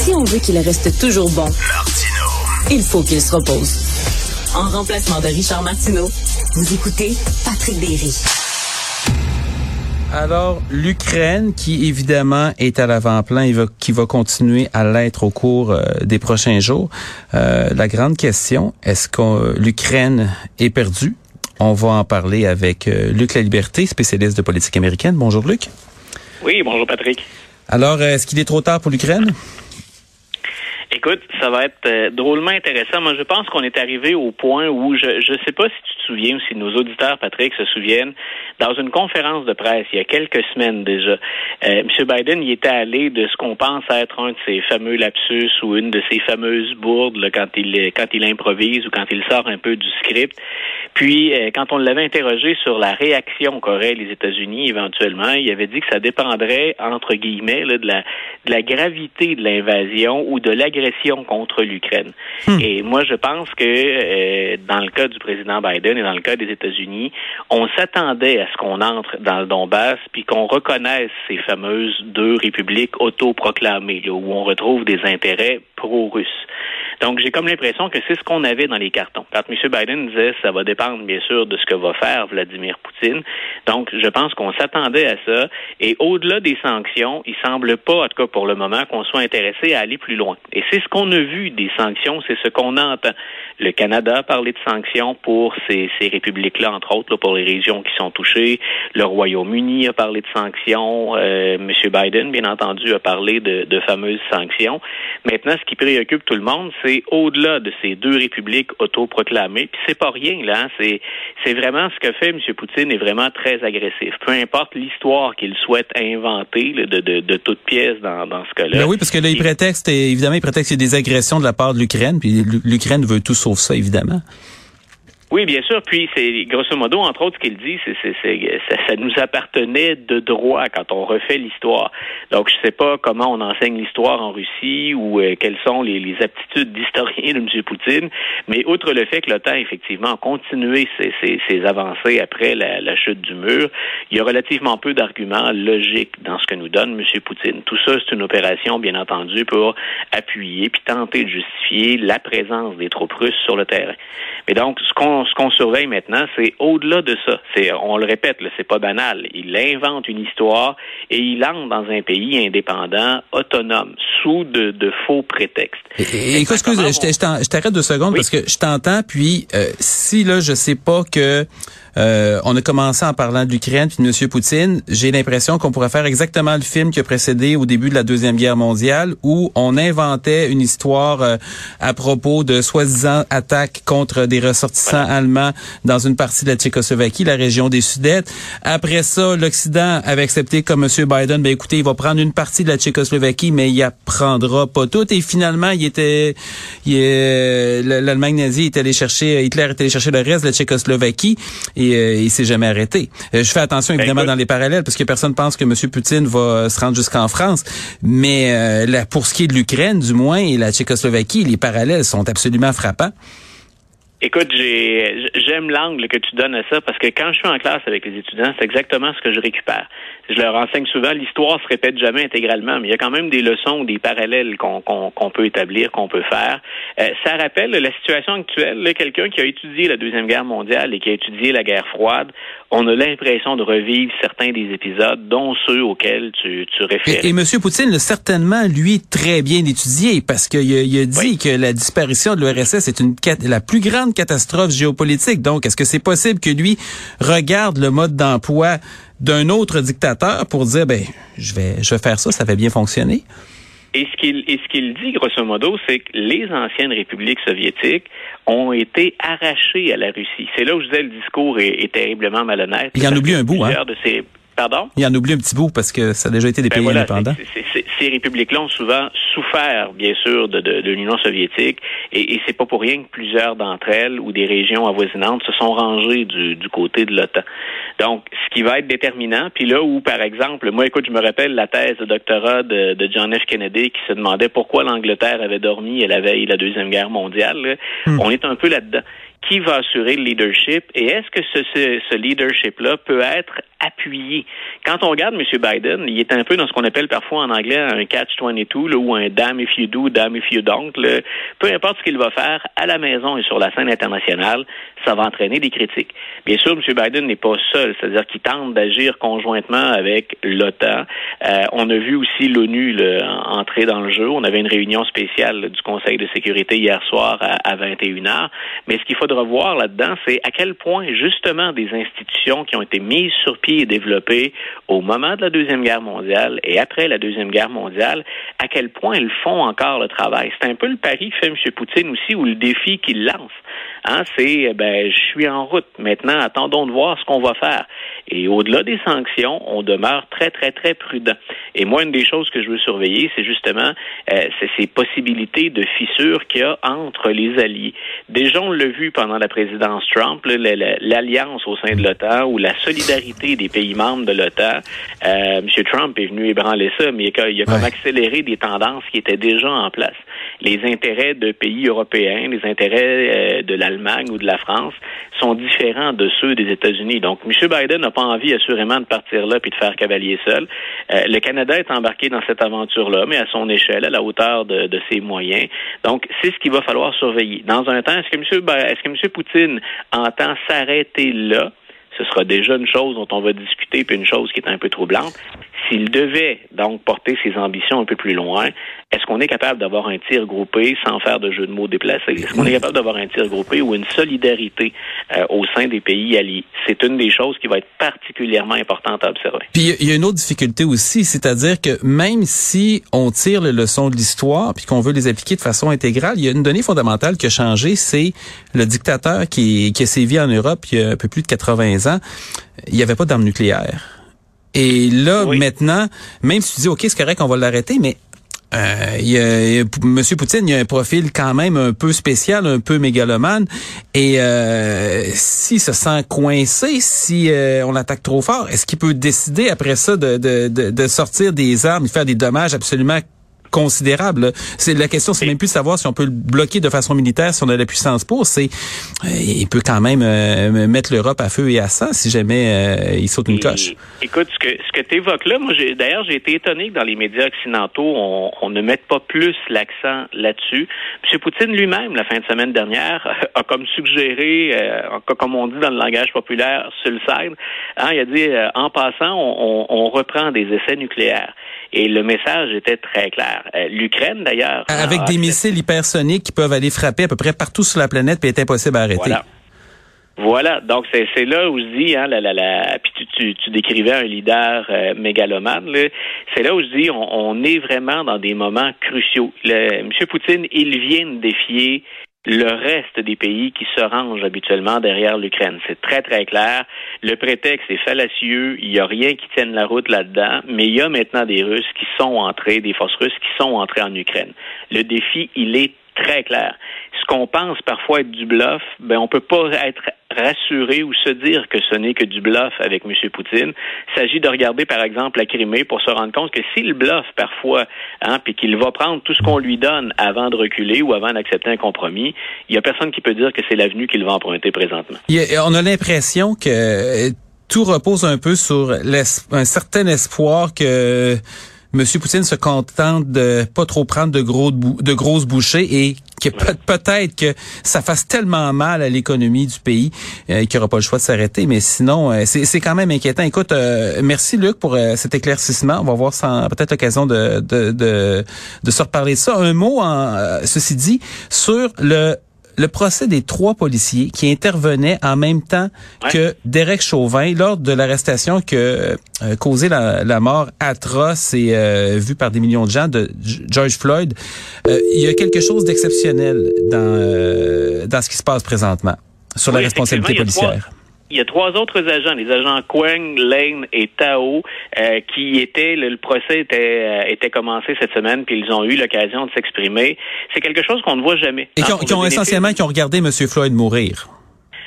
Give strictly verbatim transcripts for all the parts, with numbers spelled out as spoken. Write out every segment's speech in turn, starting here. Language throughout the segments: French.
Si on veut qu'il reste toujours bon, Martineau, il faut qu'il se repose. En remplacement de Richard Martineau, vous écoutez Patrick Derry. Alors, l'Ukraine, qui évidemment est à l'avant-plan et va, qui va continuer à l'être au cours euh, des prochains jours. Euh, la grande question, est-ce que l'Ukraine est perdue? On va en parler avec euh, Luc Laliberté, spécialiste de politique américaine. Bonjour Luc. Oui, bonjour Patrick. Alors, est-ce qu'il est trop tard pour l'Ukraine? Écoute, ça va être euh, drôlement intéressant. Moi, je pense qu'on est arrivé au point où, je je sais pas si tu te souviens ou si nos auditeurs, Patrick, se souviennent, dans une conférence de presse, il y a quelques semaines déjà, euh, M. Biden, il était allé de ce qu'on pense être un de ses fameux lapsus ou une de ses fameuses bourdes là, quand il quand il improvise ou quand il sort un peu du script. Puis, euh, quand on l'avait interrogé sur la réaction qu'auraient les États-Unis éventuellement, il avait dit que ça dépendrait, entre guillemets, là, de la de la gravité de l'invasion ou de l'agression contre l'Ukraine. Hmm. Et moi, je pense que euh, dans le cas du président Biden et dans le cas des États-Unis, on s'attendait à ce qu'on entre dans le Donbass puis qu'on reconnaisse ces fameuses deux républiques autoproclamées, là, où on retrouve des intérêts pro-russes. Donc, j'ai comme l'impression que c'est ce qu'on avait dans les cartons. Quand M. Biden disait ça va dépendre, bien sûr, de ce que va faire Vladimir Poutine. Donc, je pense qu'on s'attendait à ça. Et au-delà des sanctions, il semble pas, en tout cas pour le moment, qu'on soit intéressé à aller plus loin. Et c'est ce qu'on a vu des sanctions, c'est ce qu'on entend. Le Canada a parlé de sanctions pour ces, ces républiques-là, entre autres, là, pour les régions qui sont touchées. Le Royaume-Uni a parlé de sanctions. Euh, M. Biden, bien entendu, a parlé de, de fameuses sanctions. Maintenant, ce qui préoccupe tout le monde, c'est au-delà de ces deux républiques autoproclamées. Puis c'est pas rien, là. Hein? C'est, c'est vraiment ce que fait M. Poutine est vraiment très agressif. Peu importe l'histoire qu'il souhaite inventer là, de, de, de toutes pièces dans, dans ce cas-là. Ben oui, parce que là, il prétexte, évidemment, il prétexte qu'il y a des agressions de la part de l'Ukraine, puis l'Ukraine veut tout sauf ça, évidemment. Oui, bien sûr. Puis, c'est grosso modo, entre autres, ce qu'il dit, c'est, c'est, c'est ça, ça nous appartenait de droit quand on refait l'histoire. Donc, je sais pas comment on enseigne l'histoire en Russie ou euh, quelles sont les, les aptitudes d'historien de M. Poutine. Mais outre le fait que l'OTAN, effectivement, a continué ses, ses, ses avancées après la, la chute du mur, il y a relativement peu d'arguments logiques dans ce que nous donne M. Poutine. Tout ça, c'est une opération, bien entendu, pour appuyer puis tenter de justifier la présence des troupes russes sur le terrain. Mais donc, ce qu'on Ce qu'on surveille maintenant, c'est au-delà de ça. C'est, on le répète, là, c'est pas banal. Il invente une histoire et il entre dans un pays indépendant, autonome, sous de, de faux prétextes. Et, et, écoute, excuse, on... je, je t'arrête deux secondes oui. parce que je t'entends. Puis euh, si là, je sais pas que euh, on a commencé en parlant de l'Ukraine puis de M. Poutine, j'ai l'impression qu'on pourrait faire exactement le film qui a précédé au début de la Deuxième Guerre mondiale, où on inventait une histoire euh, à propos de soi-disant attaques contre des ressortissants voilà. allemands dans une partie de la Tchécoslovaquie, la région des Sudètes. Après ça, l'Occident avait accepté comme M. Biden, ben écoutez, il va prendre une partie de la Tchécoslovaquie, mais il apprendra pas tout. Et finalement, il était, il est, l'Allemagne nazie est allé chercher, Hitler est allé chercher le reste de la Tchécoslovaquie et euh, il s'est jamais arrêté. Euh, je fais attention évidemment ben, dans les parallèles parce que personne pense que M. Poutine va se rendre jusqu'en France, mais euh, là, pour ce qui est de l'Ukraine, du moins, et la Tchécoslovaquie, les parallèles sont absolument frappants. Écoute, j'ai, j'aime l'angle que tu donnes à ça parce que quand je suis en classe avec les étudiants, c'est exactement ce que je récupère. Je leur enseigne souvent, l'histoire se répète jamais intégralement, mais il y a quand même des leçons ou des parallèles qu'on, qu'on, qu'on peut établir, qu'on peut faire. Euh, ça rappelle la situation actuelle, là, quelqu'un qui a étudié la Deuxième Guerre mondiale et qui a étudié la guerre froide, on a l'impression de revivre certains des épisodes, dont ceux auxquels tu, tu réfères. Et, et M. Poutine l'a certainement, lui, très bien étudié parce qu'il a, il a dit oui. que la disparition de l'U R S S est une, la plus grande catastrophe géopolitique. Donc, est-ce que c'est possible que lui regarde le mode d'emploi d'un autre dictateur pour dire, ben, je vais, je vais faire ça, ça va bien fonctionner? Et ce qu'il, et ce qu'il dit, grosso modo, c'est que les anciennes républiques soviétiques ont été arrachées à la Russie. C'est là où je disais le discours est, est terriblement malhonnête. Il en oublie un bout, hein? De ces... Pardon? Il en oublie un petit bout parce que ça a déjà été des ben pays voilà, indépendants. C'est, c'est, c'est, ces républiques-là ont souvent souffert, bien sûr, de, de, de l'Union soviétique et, et c'est pas pour rien que plusieurs d'entre elles ou des régions avoisinantes se sont rangées du, du côté de l'OTAN. Donc, ce qui va être déterminant, puis là où, par exemple, moi, écoute, je me rappelle la thèse de doctorat de, de John F. Kennedy qui se demandait pourquoi l'Angleterre avait dormi à la veille de la Deuxième Guerre mondiale. Là. Hmm. On est un peu là-dedans. Qui va assurer le leadership et est-ce que ce, ce, ce leadership-là peut être appuyé? Quand on regarde M. Biden, il est un peu dans ce qu'on appelle parfois en anglais un catch vingt-deux là, ou un damn if you do, damn if you don't. Là. Peu importe ce qu'il va faire à la maison et sur la scène internationale, ça va entraîner des critiques. Bien sûr, M. Biden n'est pas seul, c'est-à-dire qu'il tente d'agir conjointement avec l'OTAN. Euh, on a vu aussi l'ONU là, entrer dans le jeu. On avait une réunion spéciale là, du Conseil de sécurité hier soir à, à vingt et une heures. Mais ce qu'il faudra voir là-dedans, c'est à quel point, justement, des institutions qui ont été mises sur pied et développées au moment de la Deuxième Guerre mondiale et après la Deuxième Guerre mondiale, à quel point elles font encore le travail. C'est un peu le pari que fait M. Poutine aussi, ou le défi qu'il lance. Hein, c'est, ben, je suis en route. Maintenant, attendons de voir ce qu'on va faire. Et au-delà des sanctions, on demeure très, très, très prudent. Et moi, une des choses que je veux surveiller, c'est justement euh, c'est ces possibilités de fissures qu'il y a entre les alliés. Déjà, on l'a vu pendant la présidence Trump, là, l'alliance au sein de l'OTAN ou la solidarité des pays membres de l'OTAN. Euh, M. Trump est venu ébranler ça, mais il a, il a comme ouais. accéléré des tendances qui étaient déjà en place. Les intérêts de pays européens, les intérêts euh, de l'Allemagne ou de la France sont différents de ceux des États-Unis. Donc, M. Biden n'a pas envie, assurément, de partir là puis de faire cavalier seul. Euh, le Canada est embarqué dans cette aventure-là, mais à son échelle, à la hauteur de, de ses moyens. Donc, c'est ce qu'il va falloir surveiller. Dans un temps, est-ce que M. Ba- est-ce que M. Poutine entend s'arrêter là? Ce sera déjà une chose dont on va discuter, puis une chose qui est un peu troublante. S'il devait donc porter ses ambitions un peu plus loin, est-ce qu'on est capable d'avoir un tir groupé sans faire de jeu de mots déplacés? Est-ce qu'on est capable d'avoir un tir groupé ou une solidarité euh, au sein des pays alliés? C'est une des choses qui va être particulièrement importante à observer. Puis il y a une autre difficulté aussi, c'est-à-dire que même si on tire les leçons de l'histoire puis qu'on veut les appliquer de façon intégrale, il y a une donnée fondamentale qui a changé, c'est le dictateur qui, qui a sévi en Europe il y a un peu plus de quatre-vingts ans. Il n'y avait pas d'armes nucléaires. Et là, oui. maintenant, même si tu dis, OK, c'est correct, on va l'arrêter, mais euh, il y a, il y a, M. Poutine, il a un profil quand même un peu spécial, un peu mégalomane. Et euh, s'il se sent coincé, si euh, on l'attaque trop fort, est-ce qu'il peut décider après ça de, de, de, de sortir des armes, de faire des dommages absolument considérable. C'est la question, c'est même plus de savoir si on peut le bloquer de façon militaire, si on a la puissance pour. C'est, euh, il peut quand même euh, mettre l'Europe à feu et à sang si jamais euh, il saute une et, coche. Écoute, ce que ce que tu évoques là, moi, j'ai, d'ailleurs, j'ai été étonné que dans les médias occidentaux, on, on ne mette pas plus l'accent là-dessus. M. Poutine lui-même, la fin de semaine dernière, a comme suggéré, euh, comme on dit dans le langage populaire, sur le side, hein, il a dit, euh, en passant, on, on, on reprend des essais nucléaires. Et le message était très clair. Euh, L'Ukraine, d'ailleurs... Avec des missiles hypersoniques qui peuvent aller frapper à peu près partout sur la planète puis est impossible à arrêter. Voilà. Voilà, donc c'est c'est là où je dis, hein, la, la, la, puis tu, tu, tu décrivais un leader euh, mégalomane, là. C'est là où je dis, on, on est vraiment dans des moments cruciaux. Le, M. Poutine, il vient de défier le reste des pays qui se rangent habituellement derrière l'Ukraine. C'est très, très clair. Le prétexte est fallacieux. Il n'y a rien qui tienne la route là-dedans. Mais il y a maintenant des Russes qui sont entrés, des forces russes qui sont entrées en Ukraine. Le défi, il est très clair. Ce qu'on pense parfois être du bluff, ben on peut pas être rassuré ou se dire que ce n'est que du bluff avec M. Poutine. Il s'agit de regarder, par exemple, la Crimée pour se rendre compte que s'il bluffe parfois, hein, puis qu'il va prendre tout ce qu'on lui donne avant de reculer ou avant d'accepter un compromis, il y a personne qui peut dire que c'est l'avenue qu'il va emprunter présentement. Il y a, on a l'impression que tout repose un peu sur un certain espoir que M. Poutine se contente de pas trop prendre de gros de grosses bouchées et que peut- peut-être que ça fasse tellement mal à l'économie du pays euh, qu'il n'y aura pas le choix de s'arrêter. Mais sinon, euh, c'est, c'est quand même inquiétant. Écoute, euh, merci Luc pour euh, cet éclaircissement. On va voir sans peut-être l'occasion de de de, de se reparler de ça. Un mot, en, euh, ceci dit, sur le le procès des trois policiers qui intervenaient en même temps ouais. que Derek Chauvin lors de l'arrestation qui a euh, causé la, la mort atroce et euh, vue par des millions de gens de George Floyd. Euh, il y a quelque chose d'exceptionnel dans euh, dans ce qui se passe présentement sur oui, la responsabilité policière. Il y a trois autres agents, les agents Quang, Lane et Tao, euh, qui étaient, le, le procès était, euh, était commencé cette semaine, puis ils ont eu l'occasion de s'exprimer. C'est quelque chose qu'on ne voit jamais. Et qui ont, qui ont essentiellement, qui ont regardé M. Floyd mourir.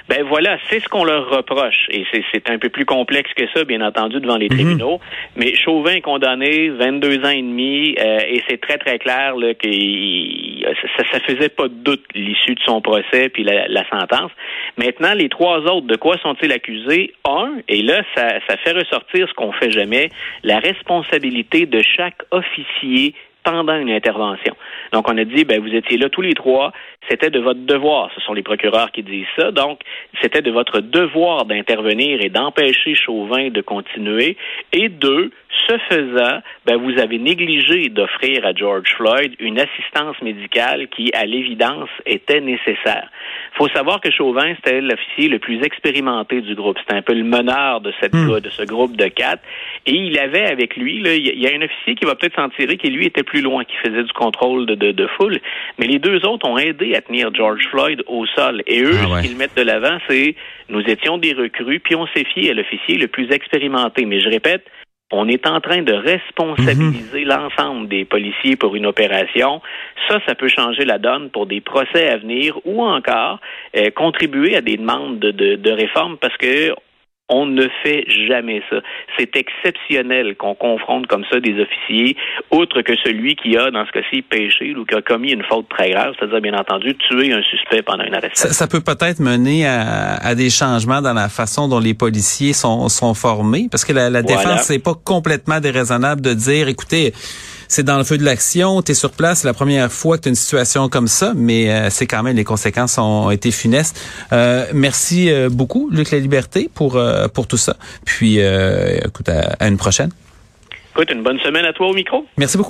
Ben voilà, c'est ce qu'on leur reproche. Et c'est, c'est un peu plus complexe que ça, bien entendu, devant les tribunaux. Mm-hmm. Mais Chauvin est condamné vingt-deux ans et demi, euh, et c'est très, très clair là, que ça, ça faisait pas de doute l'issue de son procès puis la, la sentence. Maintenant, les trois autres, de quoi sont-ils accusés? Un, et là, ça, ça fait ressortir ce qu'on fait jamais, la responsabilité de chaque officier pendant une intervention. Donc, on a dit, ben, vous étiez là tous les trois, c'était de votre devoir, ce sont les procureurs qui disent ça, donc, c'était de votre devoir d'intervenir et d'empêcher Chauvin de continuer. Et deux, ce faisant, ben, vous avez négligé d'offrir à George Floyd une assistance médicale qui, à l'évidence, était nécessaire. Il faut savoir que Chauvin, c'était l'officier le plus expérimenté du groupe. C'était un peu le meneur de cette mmh. de ce groupe de quatre. Et il avait avec lui, là, il y a un officier qui va peut-être s'en tirer, qui lui était plus loin, qui faisait du contrôle de, de, de foule. Mais les deux autres ont aidé à tenir George Floyd au sol. Et eux, ah ouais. ce qu'ils mettent de l'avant, c'est nous étions des recrues, puis on s'est fié à l'officier le plus expérimenté. Mais je répète, on est en train de responsabiliser mm-hmm. l'ensemble des policiers pour une opération. Ça, ça peut changer la donne pour des procès à venir ou encore euh, contribuer à des demandes de, de, de réforme parce que on ne fait jamais ça. C'est exceptionnel qu'on confronte comme ça des officiers, outre que celui qui a, dans ce cas-ci, péché ou qui a commis une faute très grave, c'est-à-dire, bien entendu, tuer un suspect pendant une arrestation. Ça, ça peut peut-être mener à, à des changements dans la façon dont les policiers sont, sont formés, parce que la, la défense, voilà. c'est pas complètement déraisonnable de dire, écoutez, c'est dans le feu de l'action, tu es sur place, c'est la première fois que tu as une situation comme ça, mais euh, c'est quand même, les conséquences ont été funestes. Euh, merci euh, beaucoup, Luc Laliberté, pour euh, pour tout ça. Puis, euh, écoute, à, à une prochaine. Écoute, une bonne semaine à toi au micro. Merci beaucoup.